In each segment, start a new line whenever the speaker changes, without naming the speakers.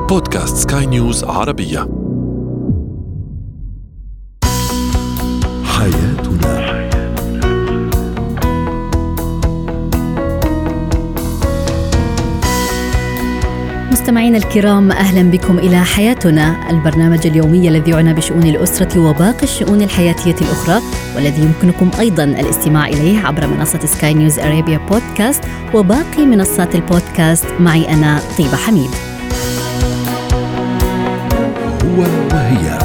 بودكاست سكاي نيوز عربية. حياتنا.
مستمعينا الكرام، أهلا بكم إلى حياتنا، البرنامج اليومي الذي يعنى بشؤون الأسرة وباقي الشؤون الحياتية الأخرى، والذي يمكنكم أيضا الاستماع إليه عبر منصة سكاي نيوز أرابيا بودكاست وباقي منصات البودكاست. معي أنا طيبة حميد.
هو وهي.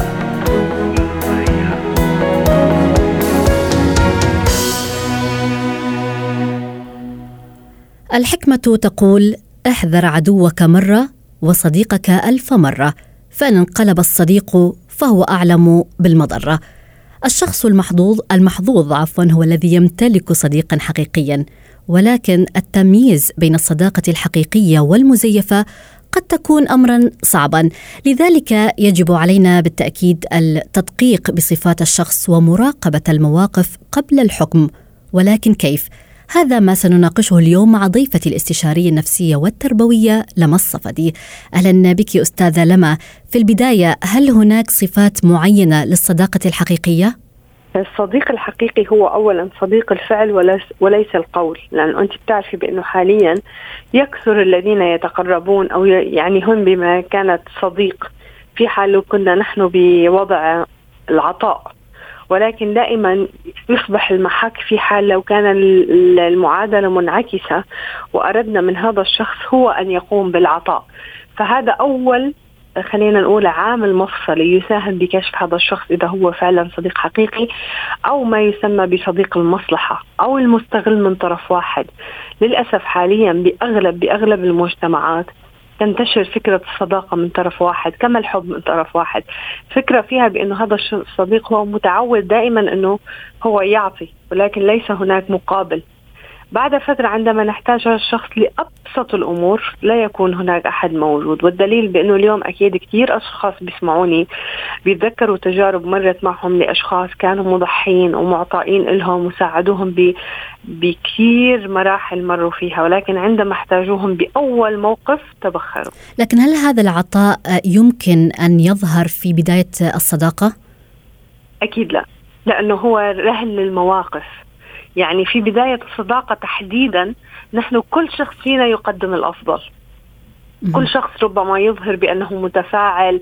الحكمة تقول: احذر عدوك مرة وصديقك 1000 مرة، فإن انقلب الصديق فهو أعلم بالمضرة. الشخص المحظوظ هو الذي يمتلك صديقا حقيقيا، ولكن التمييز بين الصداقة الحقيقية والمزيفة قد تكون أمرا صعبا. لذلك يجب علينا بالتأكيد التدقيق بصفات الشخص ومراقبة المواقف قبل الحكم. ولكن كيف؟ هذا ما سنناقشه اليوم مع ضيفتي الاستشارية النفسية والتربوية لما الصفدي. أهلا بك أستاذة لما. في البداية، هل هناك صفات معينة للصداقة الحقيقية؟
الصديق الحقيقي هو أولا صديق الفعل وليس القول، لأن أنت بتعرفي بأنه حاليا يكثر الذين يتقربون أو يعني هم بما كانت صديق في حال لو كنا نحن بوضع العطاء، ولكن دائما يصبح المحك في حال لو كان المعادلة منعكسة وأردنا من هذا الشخص هو أن يقوم بالعطاء. فهذا أول خلينا نقول عامل مفصلي يساهم بكشف هذا الشخص إذا هو فعلا صديق حقيقي أو ما يسمى بصديق المصلحة أو المستغل من طرف واحد. للأسف حاليا بأغلب المجتمعات تنتشر فكرة الصداقة من طرف واحد كما الحب من طرف واحد، فكرة فيها بأنه هذا الصديق هو متعود دائما أنه هو يعطي ولكن ليس هناك مقابل. بعد فترة عندما نحتاج هذا الشخص لأبسط الأمور لا يكون هناك أحد موجود، والدليل بأنه اليوم أكيد كتير أشخاص بيسمعوني بيتذكروا تجارب مرت معهم لأشخاص كانوا مضحين ومعطائين لهم وساعدوهم بكثير مراحل مروا فيها، ولكن عندما احتاجوهم بأول موقف تبخروا.
لكن هل هذا العطاء يمكن أن يظهر في بداية الصداقة؟
أكيد لا، لأنه هو رهن للمواقف. يعني في بداية الصداقة تحديدا نحن كل شخص فينا يقدم الأفضل. كل شخص ربما يظهر بأنه متفاعل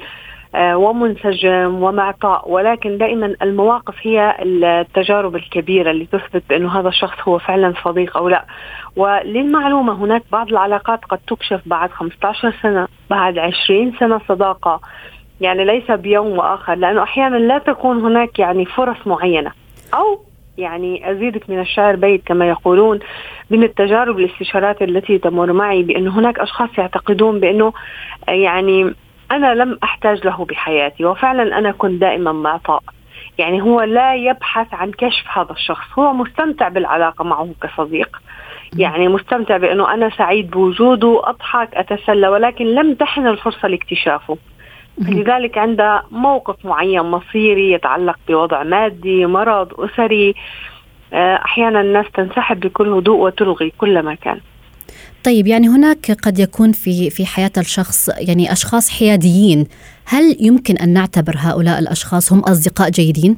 ومنسجم ومعطاء، ولكن دائما المواقف هي التجارب الكبيرة اللي تثبت بأنه هذا الشخص هو فعلا صديق أو لا. وللمعلومة هناك بعض العلاقات قد تكشف بعد 15 سنة، بعد 20 سنة صداقة، يعني ليس بيوم وآخر، لأنه أحيانا لا تكون هناك يعني فرص معينة، أو يعني أزيدك من الشعر بيت كما يقولون. من التجارب الاستشارات التي تمر معي بأن هناك أشخاص يعتقدون بأنه يعني أنا لم أحتاج له بحياتي، وفعلا أنا كنت دائما معطاء. يعني هو لا يبحث عن كشف هذا الشخص، هو مستمتع بالعلاقة معه كصديق، يعني مستمتع بأنه أنا سعيد بوجوده، أضحك أتسلى، ولكن لم تحن الفرصة لاكتشافه. لذلك عند موقف معين مصيري يتعلق بوضع مادي، مرض أسري، أحيانا الناس تنسحب بكل هدوء وتلغي كل ما كان.
طيب، يعني هناك قد يكون في حياة الشخص يعني أشخاص حياديين، هل يمكن أن نعتبر هؤلاء الأشخاص هم أصدقاء جيدين؟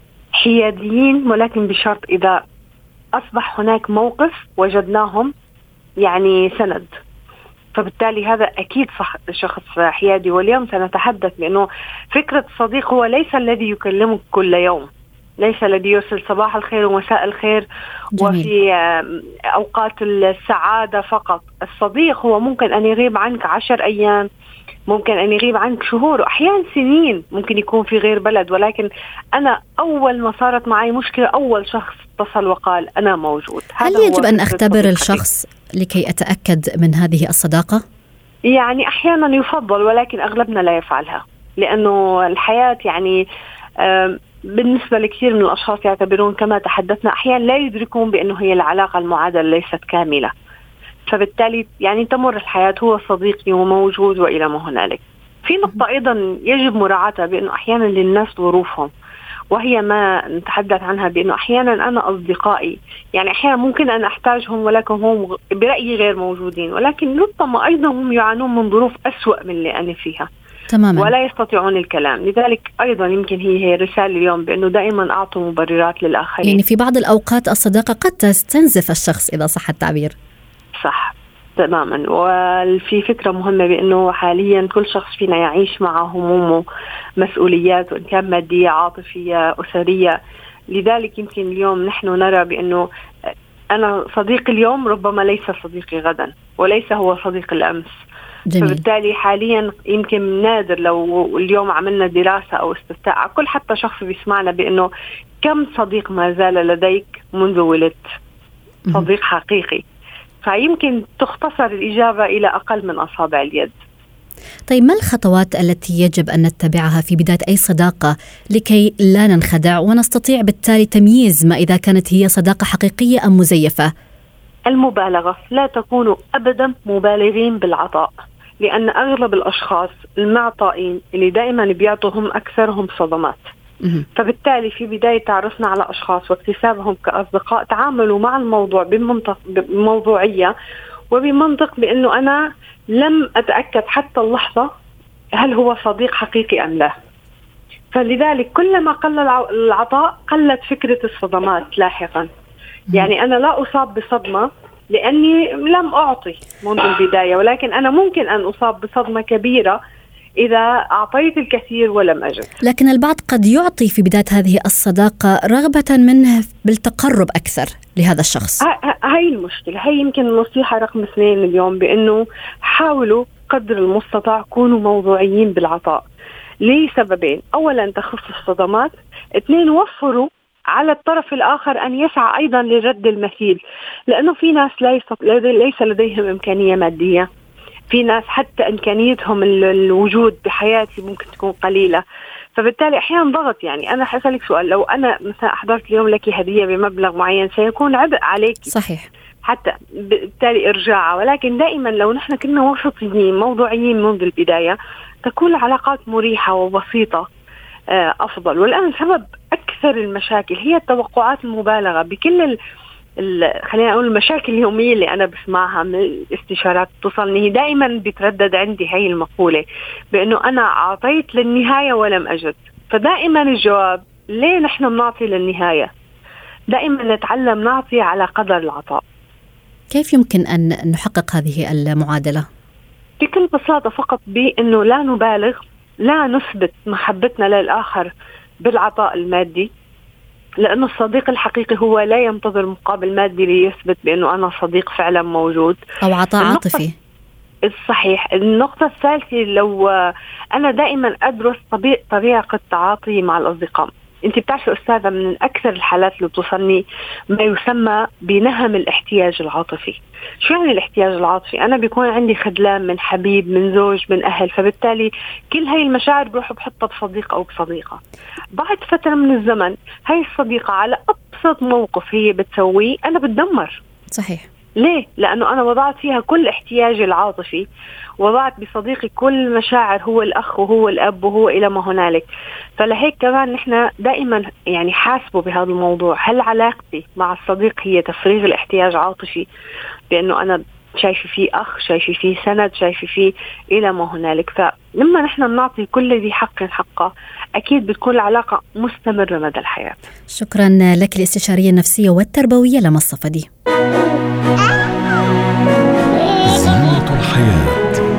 حياديين، ولكن بشرط إذا أصبح هناك موقف وجدناهم يعني سند، فبالتالي هذا أكيد شخص حيادي. واليوم سنتحدث بأنه فكرة الصديق هو ليس الذي يكلمك كل يوم، ليس الذي يرسل صباح الخير ومساء الخير جميل. وفي أوقات السعادة فقط. الصديق هو ممكن أن يغيب عنك 10 أيام، ممكن أن يغيب عنك شهور وأحيانا سنين، ممكن يكون في غير بلد، ولكن أنا أول ما صارت معي مشكلة أول شخص اتصل وقال أنا موجود.
هل يجب أن أختبر الشخص لكي أتأكد من هذه الصداقة؟
يعني أحيانا يفضل، ولكن أغلبنا لا يفعلها، لأنه الحياة يعني بالنسبة لكثير من الأشخاص يعتبرون كما تحدثنا أحيانا لا يدركون بأنه هي العلاقة المعادلة ليست كاملة، فبالتالي يعني تمر الحياة هو صديقي وموجود وإلى ما هنالك. في نقطة أيضا يجب مراعاتها، بأنه أحيانا للناس ظروفهم، وهي ما نتحدث عنها بأنه أحيانا أنا أصدقائي يعني أحيانا ممكن أن أحتاجهم ولكن هم برأيي غير موجودين، ولكن ربما أيضا هم يعانون من ظروف أسوأ من اللي أنا فيها
تماما
ولا يستطيعون الكلام. لذلك أيضا يمكن هي رسالة اليوم بأنه دائما أعطوا مبررات للآخرين.
يعني في بعض الأوقات الصداقة قد تستنزف الشخص إذا صح التعبير.
صح تماما. وفي فكرة مهمة بأنه حاليا كل شخص فينا يعيش مع همومه مسؤوليات، وإن كان مادية عاطفية أسرية. لذلك يمكن اليوم نحن نرى بأنه أنا صديق اليوم ربما ليس صديقي غدا، وليس هو صديق الأمس.
جميل.
فبالتالي حاليا يمكن نادر لو اليوم عملنا دراسة أو استفتاء كل حتى شخص بيسمعنا بأنه كم صديق ما زال لديك منذ ولدت، صديق حقيقي. فيمكن تختصر الإجابة إلى أقل من أصابع اليد.
طيب ما الخطوات التي يجب أن نتبعها في بداية أي صداقة لكي لا ننخدع ونستطيع بالتالي تمييز ما إذا كانت هي صداقة حقيقية أم مزيفة؟
المبالغة، لا تكونوا أبدا مبالغين بالعطاء، لأن أغلب الأشخاص المعطائين اللي دائما بيعطوهم أكثرهم صدمات. فبالتالي في بداية تعرفنا على أشخاص واكتسابهم كأصدقاء تعاملوا مع الموضوع بموضوعية وبمنطق بأنه أنا لم أتأكد حتى اللحظة هل هو صديق حقيقي أم لا. فلذلك كلما قل العطاء قلت فكرة الصدمات لاحقا. يعني أنا لا أصاب بصدمة لأني لم أعطي منذ البداية، ولكن أنا ممكن أن أصاب بصدمة كبيرة إذا أعطيت الكثير ولم أجد.
لكن البعض قد يعطي في بداية هذه الصداقة رغبة منه بالتقرب أكثر لهذا الشخص.
هاي المشكلة، هاي يمكن النصيحة رقم 2 اليوم، بأنه حاولوا قدر المستطاع كونوا موضوعيين بالعطاء لسببين: أولا تخص الصدمات، 2 وفروا على الطرف الآخر أن يسعى أيضا لرد المثيل، لأنه في ناس ليس لديهم إمكانية مادية، في ناس حتى إمكانيتهم الوجود بحياتي ممكن تكون قليلة. فبالتالي أحيانا ضغط. يعني أنا حسألك سؤال: لو أنا مثلا أحضرت اليوم لك هدية بمبلغ معين سيكون عبء عليك،
صحيح،
حتى بالتالي إرجاعها. ولكن دائما لو نحن كنا وسطيين موضوعيين منذ البداية تكون العلاقات مريحة وبسيطة أفضل. والآن سبب أكثر المشاكل هي التوقعات المبالغة بكل خلينا نقول المشاكل اليومية اللي أنا بسمعها من الاستشارات توصلني. هي دائما بتردد عندي هاي المقولة بأنه أنا أعطيت للنهاية ولم أجد. فدائما الجواب: ليه نحن بنعطي للنهاية؟ دائما نتعلم نعطي على قدر العطاء.
كيف يمكن أن نحقق هذه المعادلة؟
بكل بساطة فقط بأنه لا نبالغ، لا نثبت محبتنا للآخر بالعطاء المادي، لأنه الصديق الحقيقي هو لا ينتظر مقابل مادي ليثبت بأنه أنا صديق فعلا موجود،
أو عطاء عاطفي.
صحيح. النقطة الثالثة، لو أنا دائما أدرس طريقة التعاطي مع الأصدقاء. أنت بتعرفي أستاذة، من أكثر الحالات اللي بتوصلني ما يسمى بنهم الاحتياج العاطفي. شو يعني الاحتياج العاطفي؟ أنا بيكون عندي خذلان من حبيب، من زوج، من أهل، فبالتالي كل هاي المشاعر بروح بحطها بصديق أو بصديقة. بعد فترة من الزمن هاي الصديقة على أبسط موقف هي بتسويه أنا بتدمر.
صحيح.
ليه؟ لأنه أنا وضعت فيها كل احتياجي العاطفي، وضعت بصديقي كل مشاعر، هو الأخ وهو الأب وهو إلى ما هنالك. فلهيك كمان نحن دائما يعني حاسبوا بهذا الموضوع. هل علاقتي مع الصديق هي تفريغ الاحتياج عاطفي بأنه أنا شايفة فيه أخ، شايفة فيه سند، شايفة فيه إلى ما هنالك؟ فلما نحن بنعطي كل ذي حق حقه أكيد بتكون العلاقة مستمرة مدى الحياة.
شكرا لك الاستشارية النفسية والتربوية لما الصفدي.
زينة الحياة.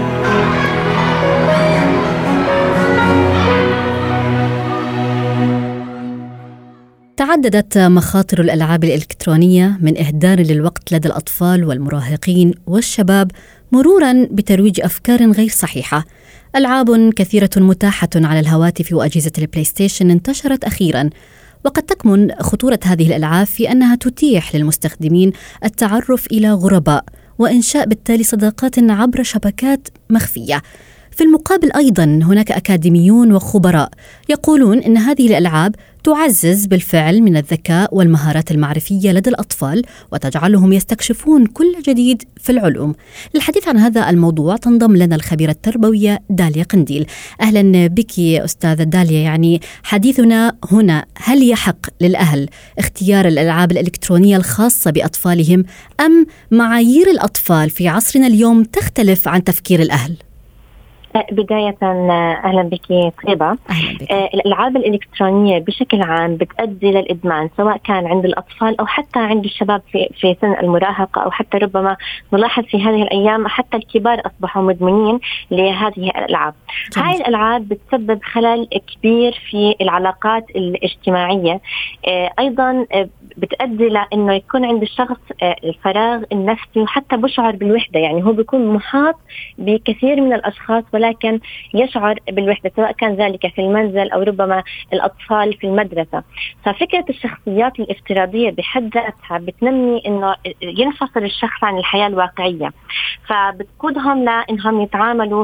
تعددت مخاطر الألعاب الإلكترونية من إهدار للوقت لدى الأطفال والمراهقين والشباب، مرورا بترويج أفكار غير صحيحة. ألعاب كثيرة متاحة على الهواتف وأجهزة البلاي ستيشن انتشرت أخيرا، وقد تكمن خطورة هذه الألعاب في أنها تتيح للمستخدمين التعرف إلى غرباء وإنشاء بالتالي صداقات عبر شبكات مخفية. في المقابل أيضا هناك أكاديميون وخبراء يقولون أن هذه الألعاب تعزز بالفعل من الذكاء والمهارات المعرفية لدى الأطفال وتجعلهم يستكشفون كل جديد في العلوم. للحديث عن هذا الموضوع تنضم لنا الخبيرة التربوية داليا قنديل. أهلا بك أستاذة داليا. يعني حديثنا هنا، هل يحق للأهل اختيار الألعاب الإلكترونية الخاصة بأطفالهم أم معايير الأطفال في عصرنا اليوم تختلف عن تفكير الأهل؟
بداية أهلا بك طيبة. الألعاب الإلكترونية بشكل عام بتؤدي للإدمان، سواء كان عند الأطفال أو حتى عند الشباب في سن المراهقة، أو حتى ربما نلاحظ في هذه الأيام حتى الكبار أصبحوا مدمنين لهذه الألعاب. هاي الألعاب بتسبب خلل كبير في العلاقات الاجتماعية، أيضا بتؤدي لأنه يكون عند الشخص الفراغ النفسي وحتى بشعر بالوحدة. يعني هو بيكون محاط بكثير من الأشخاص ولكن يشعر بالوحدة، سواء كان ذلك في المنزل أو ربما الأطفال في المدرسة. ففكرة الشخصيات الافتراضية بحد ذاتها بتنمي إنه ينفصل الشخص عن الحياة الواقعية، فبتقودهم لأنهم يتعاملوا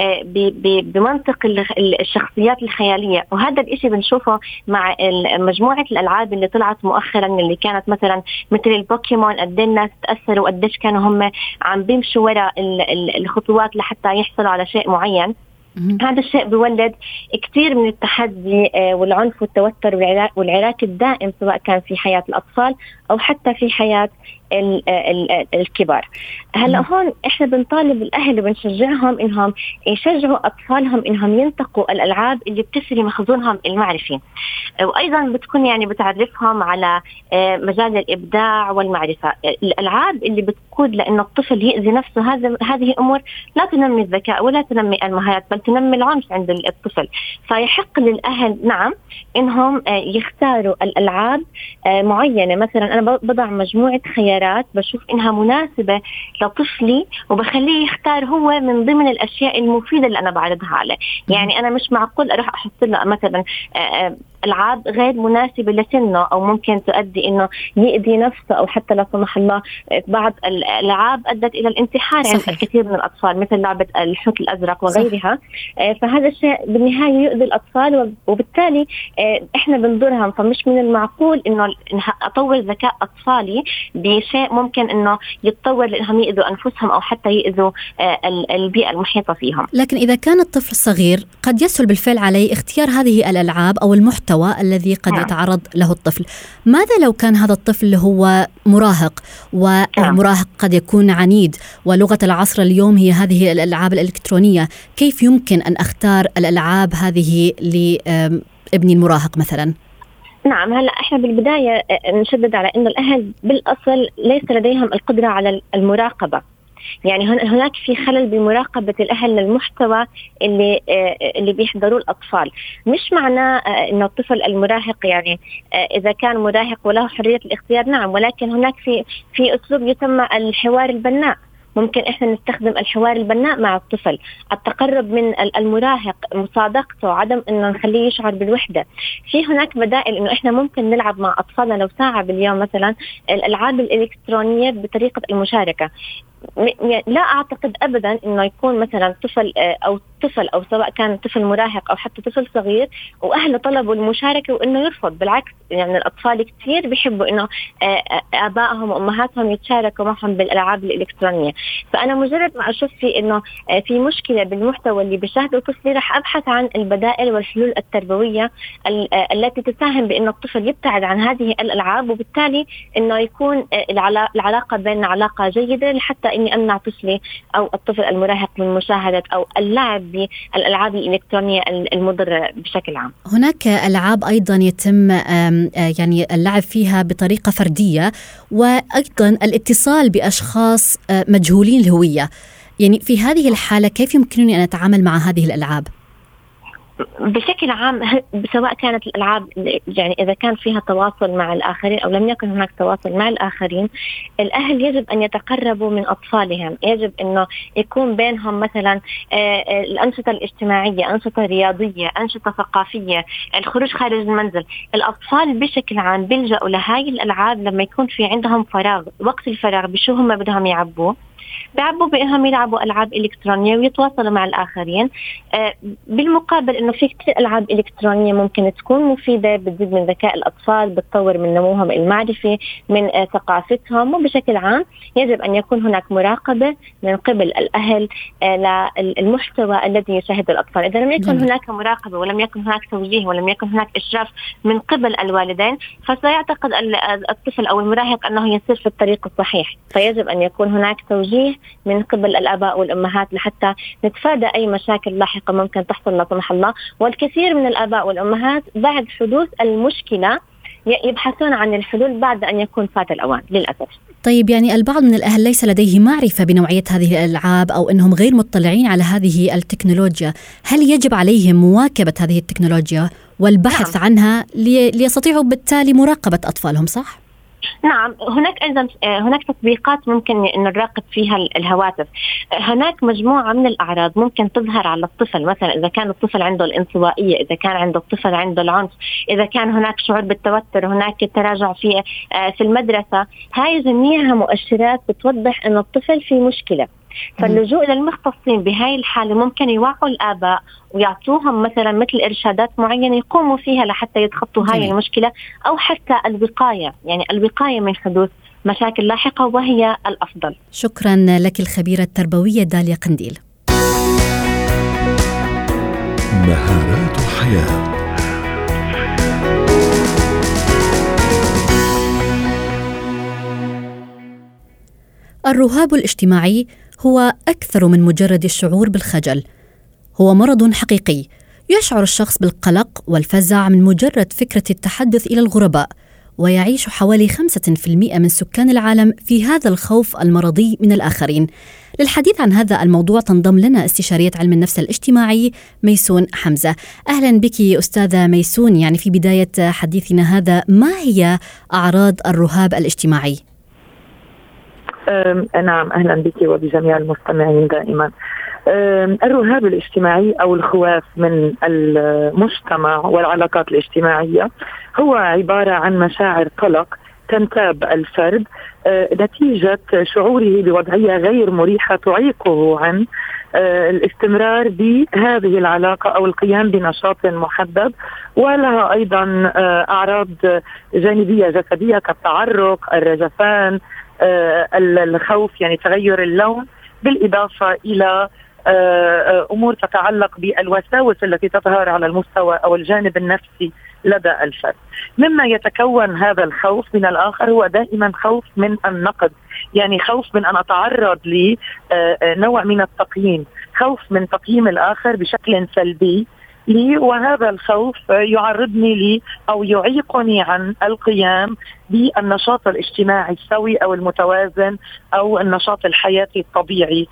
بمنطق الشخصيات الخيالية. وهذا الإشي بنشوفه مع مجموعة الألعاب اللي طلعت مؤخرا، اللي كانت مثلا مثل البوكيمون، قد الناس تأثروا وقديش كانوا هم عم بيمشوا وراء الخطوات لحتى يحصلوا على شيء معين. هذا الشيء بيولد كثير من التحدي والعنف والتوتر والعراك الدائم، سواء كان في حياة الأطفال أو حتى في حياة الكبار. هلا هون احنا بنطالب الاهل وبنشجعهم انهم يشجعوا اطفالهم انهم ينتقوا الالعاب اللي بتسري مخزونهم المعرفي، وايضا بتكون يعني بتعرفهم على مجال الابداع والمعرفه. الالعاب اللي بتقود لانه الطفل يؤذي نفسه، هذه امور لا تنمي الذكاء ولا تنمي المهارات، بل تنمي العنف عند الطفل. فيحق للاهل نعم انهم يختاروا الالعاب معينه. مثلا انا بضع مجموعه خيارات بشوف إنها مناسبة لطفلي وبخليه يختار هو من ضمن الأشياء المفيدة اللي أنا بعرضها عليه. يعني أنا مش معقول أروح أحط له مثلا ألعاب غير مناسبة لسنه، أو ممكن تؤدي إنه يؤذي نفسه، أو حتى لا سمح الله بعض الألعاب أدت إلى الانتحار عند الكثير من الأطفال، مثل لعبة الحوت الأزرق وغيرها. فهذا الشيء بالنهاية يؤذي الأطفال، وبالتالي إحنا بنضرهم. فمش من المعقول إنه أطور ذكاء أطفالي بشيء ممكن إنه يتطور لأنهم يؤذوا أنفسهم أو حتى يؤذوا البيئة المحيطة فيهم.
لكن إذا كان الطفل صغير قد يسهل بالفعل عليه اختيار هذه الألعاب أو المحتوى الذي قد يتعرض له الطفل. ماذا لو كان هذا الطفل هو مراهق، والمراهق قد يكون عنيد، ولغة العصر اليوم هي هذه الألعاب الإلكترونية؟ كيف يمكن أن أختار الألعاب هذه لابني المراهق مثلا؟
نعم، هلا احنا بالبداية نشدد على انه الاهل بالاصل ليس لديهم القدرة على المراقبة. يعني هناك في خلل بمراقبة الأهل للمحتوى اللي بيحضروه الأطفال. مش معناه إنه الطفل المراهق يعني إذا كان مراهق وله حرية الاختيار، نعم، ولكن هناك في أسلوب يسمى الحوار البناء. ممكن إحنا نستخدم الحوار البناء مع الطفل، التقرب من المراهق، مصادقته، عدم إنه نخليه يشعر بالوحدة. في هناك بدائل إنه إحنا ممكن نلعب مع أطفالنا لو ساعة باليوم مثلا الألعاب الإلكترونية بطريقة المشاركة. لا أعتقد أبدا إنه يكون مثلا طفل أو سواء كان طفل مراهق أو حتى طفل صغير وأهله طلبوا المشاركة وإنه يرفض. بالعكس، يعني الأطفال كتير بيحبوا إنه آبائهم وأمهاتهم يتشاركوا معهم بالألعاب الإلكترونية. فأنا مجرد ما أشوف إنه في مشكلة بالمحتوى اللي بيشاهده طفلي، راح أبحث عن البدائل والحلول التربوية التي تساهم بإنه الطفل يبتعد عن هذه الألعاب، وبالتالي إنه يكون العلاقة بيننا علاقة جيدة، حتى إني أمنع طفلي أو الطفل المراهق من مشاهدة أو اللعب بالألعاب الإلكترونية المضرة بشكل عام.
هناك ألعاب أيضا يتم يعني اللعب فيها بطريقة فردية، وأيضا الاتصال بأشخاص مجهولين الهوية. يعني في هذه الحالة كيف يمكنني أن أتعامل مع هذه الألعاب؟
بشكل عام، سواء كانت الألعاب يعني إذا كان فيها تواصل مع الآخرين أو لم يكن هناك تواصل مع الآخرين، الأهل يجب أن يتقربوا من أطفالهم. يجب أنه يكون بينهم مثلا الأنشطة الاجتماعية، أنشطة رياضية، أنشطة ثقافية، الخروج خارج المنزل. الأطفال بشكل عام بيلجأوا لهاي الألعاب لما يكون في عندهم فراغ، وقت الفراغ بشو هم بدهم يعبوه. بيعبوا بأنهم يلعبوا ألعاب إلكترونية ويتواصلوا مع الآخرين. بالمقابل إنه في كتير ألعاب إلكترونية ممكن تكون مفيدة، بتزيد من ذكاء الأطفال، بتطور من نموهم المعرفي، من ثقافتهم. وبشكل عام يجب أن يكون هناك مراقبة من قبل الأهل للمحتوى الذي يشاهد الأطفال. إذا لم يكن هناك مراقبة ولم يكن هناك توجيه ولم يكن هناك إشراف من قبل الوالدين، فسيعتقد الطفل أو المراهق أنه يسير في الطريق الصحيح. فيجب أن يكون هناك توجيه من قبل الآباء والأمهات لحتى نتفادى أي مشاكل لاحقة ممكن تحصل لا سمح الله. والكثير من الآباء والأمهات بعد حدوث المشكلة يبحثون عن الحلول بعد أن يكون فات الأوان للأسف.
طيب يعني البعض من الأهل ليس لديه معرفة بنوعية هذه الألعاب أو أنهم غير مطلعين على هذه التكنولوجيا، هل يجب عليهم مواكبة هذه التكنولوجيا والبحث عنها ليستطيعوا بالتالي مراقبة أطفالهم، صح؟
نعم، هناك أيضا هناك تطبيقات ممكن أن نراقب فيها الهواتف. هناك مجموعة من الأعراض ممكن تظهر على الطفل، مثلا إذا كان الطفل عنده الانطوائية، إذا كان عنده الطفل عنده العنف، إذا كان هناك شعور بالتوتر، هناك تراجع في المدرسة. هاي جميعها مؤشرات بتوضح أن الطفل في مشكلة. فاللجوء للمختصين بهاي الحالة ممكن يوعوا الآباء ويعطوهم مثلا مثل إرشادات معينة يقوموا فيها لحتى يتخطوا هاي المشكلة، أو حتى الوقاية، يعني الوقاية من حدوث مشاكل لاحقة، وهي الأفضل.
شكرا لك الخبيرة التربوية داليا قنديل.
مهارات حياة.
الرهاب الاجتماعي هو أكثر من مجرد الشعور بالخجل، هو مرض حقيقي يشعر الشخص بالقلق والفزع من مجرد فكرة التحدث إلى الغرباء، ويعيش حوالي 5% من سكان العالم في هذا الخوف المرضي من الآخرين. للحديث عن هذا الموضوع تنضم لنا استشارية علم النفس الاجتماعي ميسون حمزة. أهلا بك أستاذة ميسون. يعني في بداية حديثنا هذا، ما هي أعراض الرهاب الاجتماعي؟
نعم، أهلا بك وبجميع المستمعين دائما. الرهاب الاجتماعي أو الخواف من المجتمع والعلاقات الاجتماعية هو عبارة عن مشاعر قلق تنتاب الفرد نتيجة شعوره بوضعية غير مريحة تعيقه عن الاستمرار بهذه العلاقة أو القيام بنشاط محدد، ولها أيضا أعراض جانبية جسدية كالتعرق، الرجفان، الخوف يعني تغير اللون، بالإضافة إلى أمور تتعلق بالوساوس التي تظهر على المستوى أو الجانب النفسي لدى الفرد. مما يتكون هذا الخوف من الآخر هو دائما خوف من النقد، يعني خوف من أن أتعرض لنوع من التقييم، خوف من تقييم الآخر بشكل سلبي لي، وهذا الخوف يعرضني لي أو يعيقني عن القيام بالنشاط الاجتماعي السوي أو المتوازن أو النشاط الحياتي الطبيعي.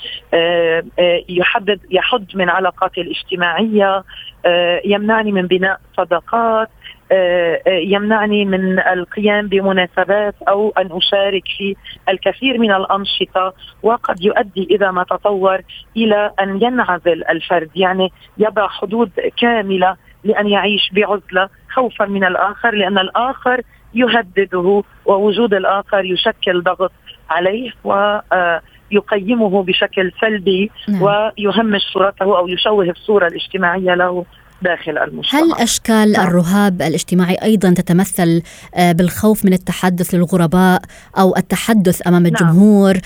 يحد من علاقاتي الاجتماعية، يمنعني من بناء صداقات، يمنعني من القيام بمناسبات أو أن أشارك في الكثير من الأنشطة، وقد يؤدي إذا ما تطور إلى أن ينعزل الفرد، يعني يضع حدود كاملة لأن يعيش بعزلة خوفا من الآخر، لأن الآخر يهدده ووجود الآخر يشكل ضغط عليه ويقيمه بشكل سلبي ويهمش صورته أو يشوه الصورة الاجتماعية له داخل المجتمع.
هل أشكال الرهاب الاجتماعي أيضا تتمثل بالخوف من التحدث للغرباء أو التحدث أمام الجمهور؟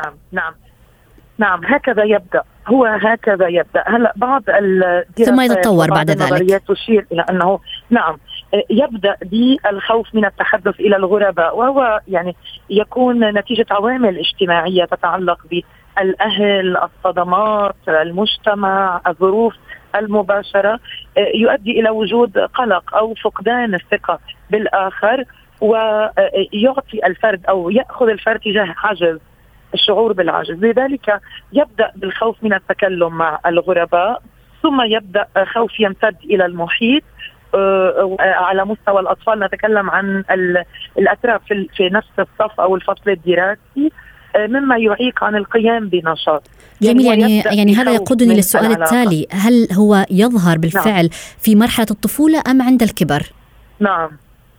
نعم، هكذا يبدأ، هو هكذا يبدأ. هلا بعض
ثم يتطور بعد ذلك.
تشير إلى أنه يبدأ بالخوف من التحدث إلى الغرباء، وهو يعني يكون نتيجة عوامل اجتماعية تتعلق بالأهل، الصدمات، المجتمع، الظروف المباشرة، يؤدي إلى وجود قلق أو فقدان الثقة بالآخر، ويعطي الفرد أو يأخذ الفرد تجاه عجز، الشعور بالعجز. لذلك يبدأ بالخوف من التكلم مع الغرباء، ثم يبدأ خوف يمتد إلى المحيط. على مستوى الأطفال نتكلم عن الأتراك في نفس الصف أو الفصل الدراسي، مما يعيق عن القيام بنشاط.
جميل. يعني هذا يقودني للسؤال التالي، هل هو يظهر بالفعل في مرحلة الطفولة أم عند الكبر؟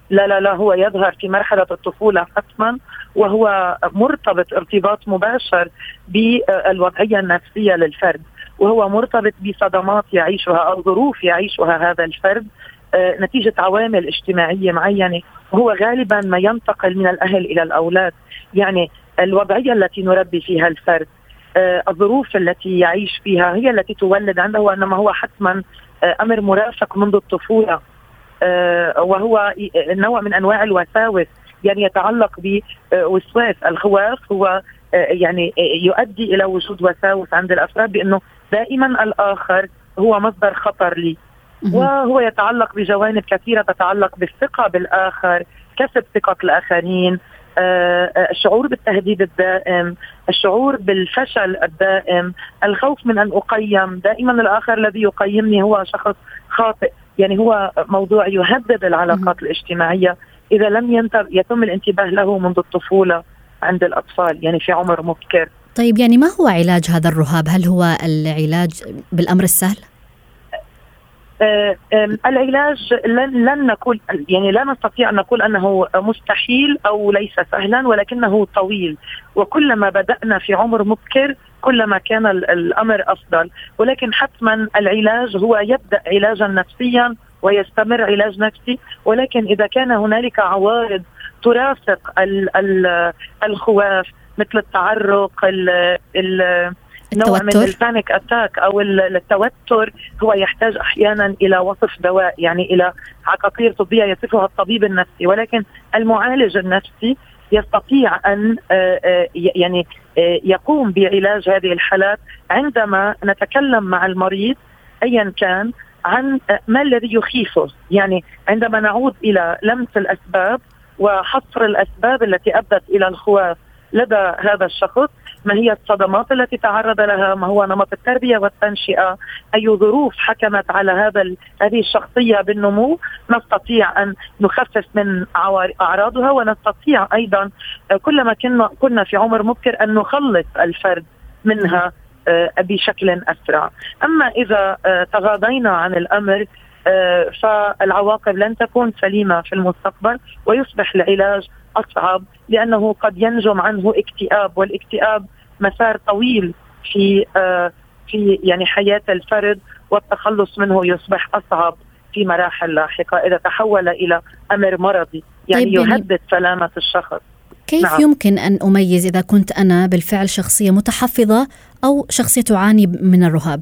لا هو يظهر في مرحلة الطفولة حتما، وهو مرتبط ارتباط مباشر بالوضعية النفسية للفرد، وهو مرتبط بصدمات يعيشها أو ظروف يعيشها هذا الفرد نتيجة عوامل اجتماعية معينة، وهو غالبا ما ينتقل من الأهل إلى الأولاد. يعني الوضعية التي نربي فيها الفرد، الظروف التي يعيش فيها هي التي تولد عنده، وإنما هو حتما أمر مرافق منذ الطفولة، وهو نوع من أنواع الوساوس، يعني يتعلق بوسواس الخواف، هو يعني يؤدي إلى وجود وساوس عند الأفراد بأنه دائما الآخر هو مصدر خطر لي، وهو يتعلق بجوانب كثيرة تتعلق بالثقة بالآخر، كسب ثقة الآخرين، الشعور بالتهديد الدائم، الشعور بالفشل الدائم، الخوف من أن أقيم، دائما الآخر الذي يقيمني هو شخص خاطئ. يعني هو موضوع يهدد العلاقات الاجتماعية إذا لم يتم الانتباه له منذ الطفولة عند الأطفال، يعني في عمر مبكر.
طيب يعني ما هو علاج هذا الرهاب؟ هل هو العلاج بالأمر السهل؟
العلاج لن نقول، يعني لا نستطيع أن نقول أنه مستحيل أو ليس سهلا، ولكنه طويل، وكلما بدأنا في عمر مبكر كلما كان الأمر أفضل. ولكن حتما العلاج هو يبدأ علاجا نفسيا ويستمر علاج نفسي، ولكن إذا كان هنالك عوارض ترافق الخواف مثل التعرق، نوع من البانيك أتاك أو التوتر، هو يحتاج أحيانا إلى وصف دواء، يعني إلى عقاقير طبية يصفها الطبيب النفسي. ولكن المعالج النفسي يستطيع أن يعني يقوم بعلاج هذه الحالات عندما نتكلم مع المريض أيا كان عن ما الذي يخيفه، يعني عندما نعود إلى لمس الأسباب وحصر الأسباب التي أدت إلى الخواف لدى هذا الشخص، ما هي الصدمات التي تعرض لها، ما هو نمط التربية والتنشئة، أي ظروف حكمت على هذه الشخصية بالنمو، نستطيع أن نخفف من أعراضها، ونستطيع أيضا كلما كنا في عمر مبكر أن نخلص الفرد منها بشكل أسرع. أما إذا تغاضينا عن الأمر فالعواقب لن تكون سليمة في المستقبل، ويصبح العلاج أصعب، لأنه قد ينجم عنه اكتئاب، والاكتئاب مسار طويل في يعني حياة الفرد، والتخلص منه يصبح أصعب في مراحل لاحقة إذا تحول إلى أمر مرضي، يعني يهدد سلامة الشخص.
كيف يمكن أن أميز إذا كنت أنا بالفعل شخصية متحفظة أو شخصية تعاني من الرهاب؟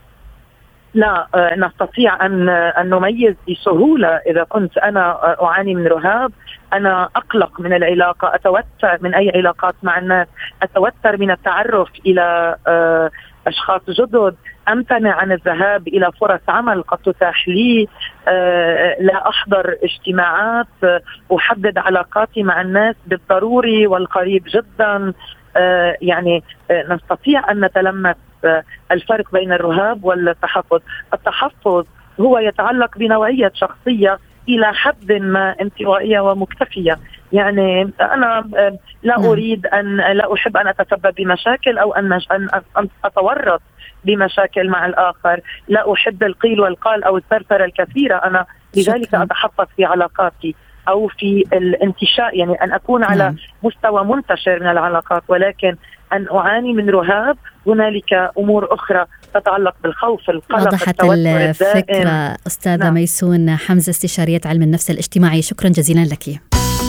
لا نستطيع أن نميز بسهولة. إذا كنت أنا أعاني من رهاب، أنا أقلق من العلاقة، أتوتر من أي علاقات مع الناس، أتوتر من التعرف إلى أشخاص جدد، أمتنع عن الذهاب إلى فرص عمل قد تتاح لي، لا أحضر اجتماعات، أحدد علاقاتي مع الناس بالضروري والقريب جدا. يعني نستطيع أن نتلمس الفرق بين الرهاب والتحفظ. التحفظ هو يتعلق بنوعية شخصية إلى حد ما انطوائية ومكتفية، يعني أنا لا أريد لا أحب أن أتسبب بمشاكل أو أن أتورط بمشاكل مع الآخر، لا أحب القيل والقال أو الثرثرة الكثيرة، أنا لذلك أتحفظ في علاقاتي أو في الانتشاء، يعني أن أكون على مستوى منتشر من العلاقات. ولكن أن أعاني من رهاب هنالك أمور أخرى تتعلق بالخوف، القلق،
وضحت الفكرة. أستاذة ميسون حمزة، استشارية علم النفس الاجتماعي، شكرا جزيلا لك.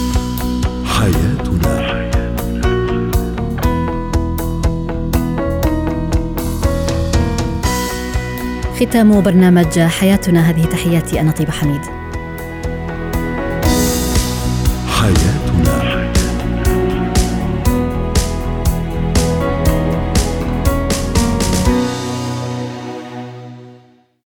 حياتنا.
ختام برنامج حياتنا، هذه تحياتي، أنا طيبة حميد.